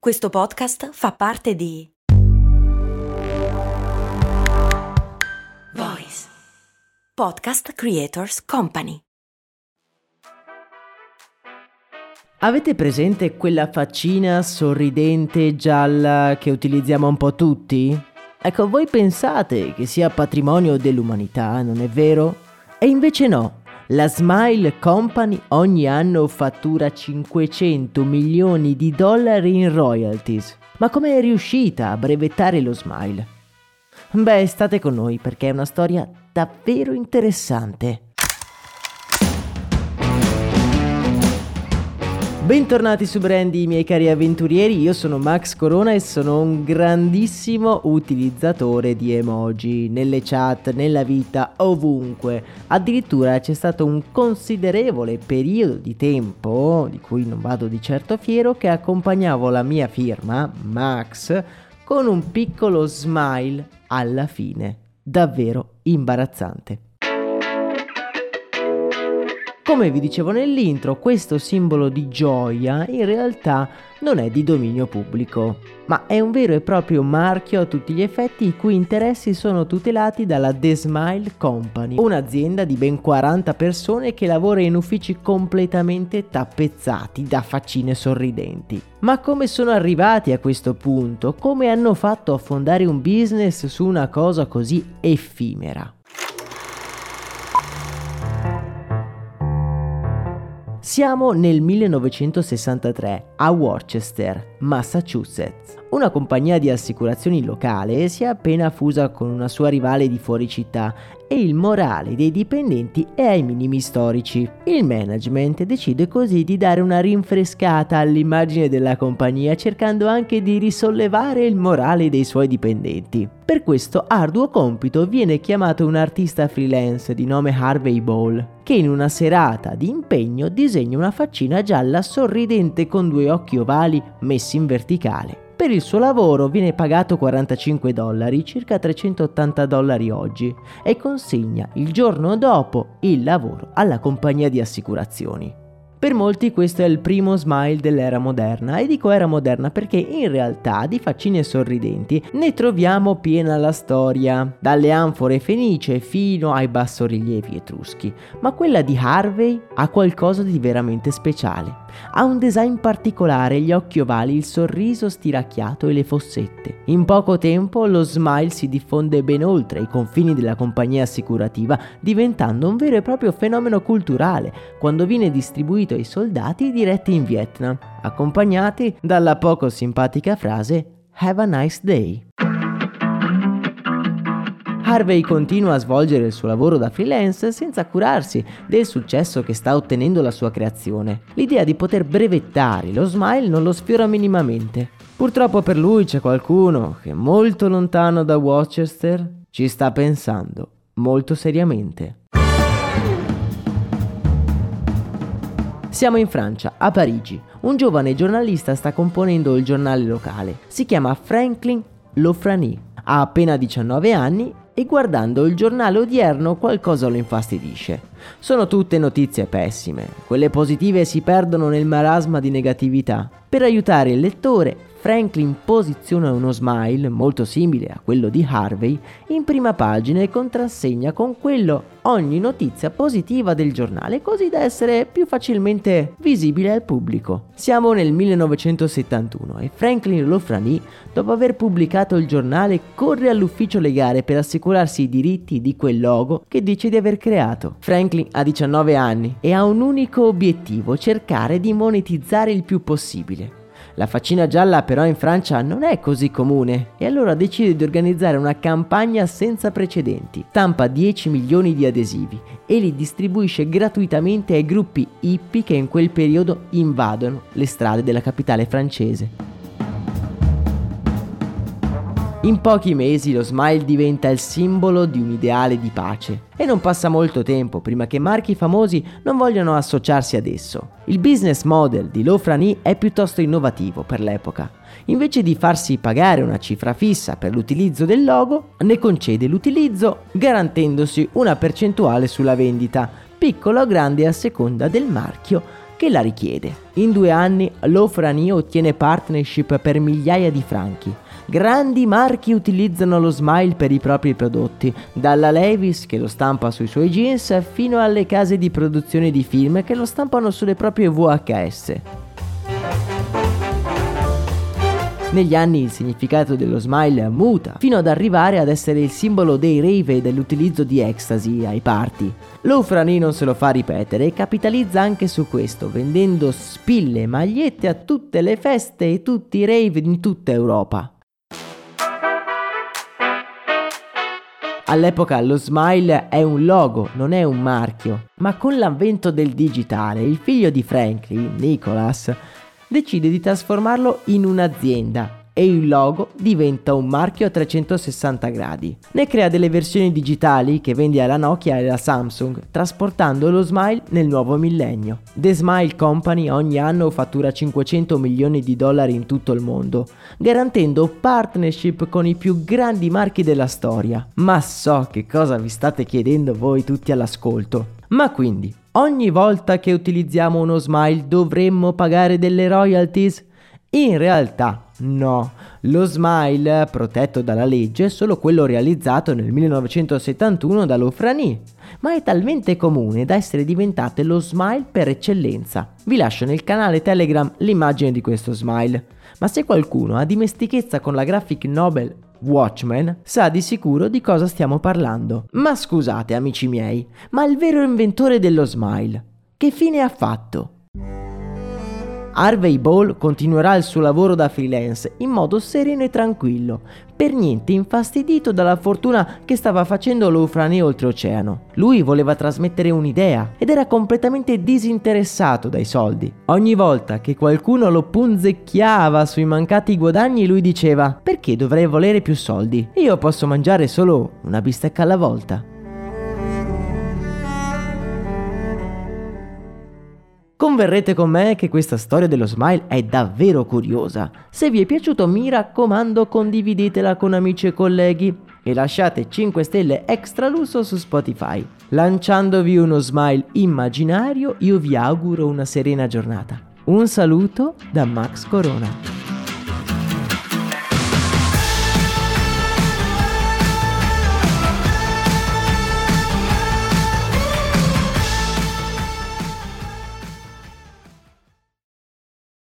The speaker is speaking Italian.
Questo podcast fa parte di Voice Podcast Creators Company. Avete presente quella faccina sorridente gialla che utilizziamo un po' tutti? Ecco, voi pensate che sia patrimonio dell'umanità, non è vero? E invece no. La Smile Company ogni anno fattura 500 milioni di dollari in royalties. Ma come è riuscita a brevettare lo smile? Beh, state con noi perché è una storia davvero interessante. Bentornati su Brandy, miei cari avventurieri, io sono Max Corona e sono un grandissimo utilizzatore di emoji, nelle chat, nella vita, ovunque. Addirittura c'è stato un considerevole periodo di tempo, di cui non vado di certo fiero, che accompagnavo la mia firma, Max, con un piccolo smile alla fine. Davvero imbarazzante. Come vi dicevo nell'intro, questo simbolo di gioia in realtà non è di dominio pubblico, ma è un vero e proprio marchio a tutti gli effetti i cui interessi sono tutelati dalla The Smile Company, un'azienda di ben 40 persone che lavora in uffici completamente tappezzati da faccine sorridenti. Ma come sono arrivati a questo punto? Come hanno fatto a fondare un business su una cosa così effimera? Siamo nel 1963 a Worcester, Massachusetts. Una compagnia di assicurazioni locale si è appena fusa con una sua rivale di fuori città e il morale dei dipendenti è ai minimi storici. Il management decide così di dare una rinfrescata all'immagine della compagnia, cercando anche di risollevare il morale dei suoi dipendenti. Per questo arduo compito viene chiamato un artista freelance di nome Harvey Ball, che in una serata di impegno disegna una faccina gialla sorridente con due occhi ovali messi in verticale. Per il suo lavoro viene pagato $45, circa $380 oggi, e consegna il giorno dopo il lavoro alla compagnia di assicurazioni. Per molti questo è il primo smile dell'era moderna, e dico era moderna perché in realtà di faccine sorridenti ne troviamo piena la storia, dalle anfore fenicie fino ai bassorilievi etruschi, ma quella di Harvey ha qualcosa di veramente speciale. Ha un design particolare, gli occhi ovali, il sorriso stiracchiato e le fossette. In poco tempo lo smile si diffonde ben oltre i confini della compagnia assicurativa, diventando un vero e proprio fenomeno culturale quando viene distribuito ai soldati diretti in Vietnam, accompagnati dalla poco simpatica frase "Have a nice day". Harvey continua a svolgere il suo lavoro da freelance senza curarsi del successo che sta ottenendo la sua creazione. L'idea di poter brevettare lo smile non lo sfiora minimamente. Purtroppo per lui c'è qualcuno che molto lontano da Worcester ci sta pensando molto seriamente. Siamo in Francia, a Parigi. Un giovane giornalista sta componendo il giornale locale. Si chiama Franklin Lofrani. Ha appena 19 anni e guardando il giornale odierno qualcosa lo infastidisce. Sono tutte notizie pessime. Quelle positive si perdono nel marasma di negatività. Per aiutare il lettore, Franklin posiziona uno smile molto simile a quello di Harvey in prima pagina e contrassegna con quello ogni notizia positiva del giornale, così da essere più facilmente visibile al pubblico. Siamo nel 1971 e Franklin Lofrani, dopo aver pubblicato il giornale, corre all'ufficio legale per assicurarsi i diritti di quel logo che dice di aver creato. Franklin ha 19 anni e ha un unico obiettivo: cercare di monetizzare il più possibile. La faccina gialla però in Francia non è così comune e allora decide di organizzare una campagna senza precedenti. Stampa 10 milioni di adesivi e li distribuisce gratuitamente ai gruppi hippie che in quel periodo invadono le strade della capitale francese. In pochi mesi lo smile diventa il simbolo di un ideale di pace e non passa molto tempo prima che marchi famosi non vogliano associarsi ad esso. Il business model di Lofrani è piuttosto innovativo per l'epoca. Invece di farsi pagare una cifra fissa per l'utilizzo del logo, ne concede l'utilizzo garantendosi una percentuale sulla vendita, piccola o grande a seconda del marchio che la richiede. In 2 anni Lofrani ottiene partnership per migliaia di franchi. Grandi marchi utilizzano lo Smile per i propri prodotti, dalla Levi's che lo stampa sui suoi jeans fino alle case di produzione di film che lo stampano sulle proprie VHS. Negli anni il significato dello Smile muta, fino ad arrivare ad essere il simbolo dei rave e dell'utilizzo di ecstasy ai party. Lofrani non se lo fa ripetere e capitalizza anche su questo, vendendo spille e magliette a tutte le feste e tutti i rave in tutta Europa. All'epoca lo Smile è un logo, non è un marchio, ma con l'avvento del digitale, il figlio di Franklin, Nicholas, decide di trasformarlo in un'azienda e il logo diventa un marchio a 360 gradi. Ne crea delle versioni digitali che vende alla Nokia e alla Samsung, trasportando lo Smile nel nuovo millennio. The Smile Company ogni anno fattura $500 milioni in tutto il mondo, garantendo partnership con i più grandi marchi della storia. Ma so che cosa vi state chiedendo voi tutti all'ascolto. Ma quindi, ogni volta che utilizziamo uno Smile dovremmo pagare delle royalties? In realtà no, lo Smile, protetto dalla legge, è solo quello realizzato nel 1971 da Lofrani, ma è talmente comune da essere diventato lo Smile per eccellenza. Vi lascio nel canale Telegram l'immagine di questo Smile, ma se qualcuno ha dimestichezza con la graphic novel Watchmen sa di sicuro di cosa stiamo parlando. Ma scusate amici miei, ma il vero inventore dello Smile, che fine ha fatto? Harvey Ball continuerà il suo lavoro da freelance in modo sereno e tranquillo, per niente infastidito dalla fortuna che stava facendo Lofrani oltreoceano. Lui voleva trasmettere un'idea ed era completamente disinteressato dai soldi. Ogni volta che qualcuno lo punzecchiava sui mancati guadagni lui diceva: perché dovrei volere più soldi? Io posso mangiare solo una bistecca alla volta. Converrete con me che questa storia dello Smile è davvero curiosa. Se vi è piaciuto mi raccomando condividetela con amici e colleghi e lasciate 5 stelle extra lusso su Spotify. Lanciandovi uno Smile immaginario io vi auguro una serena giornata. Un saluto da Max Corona.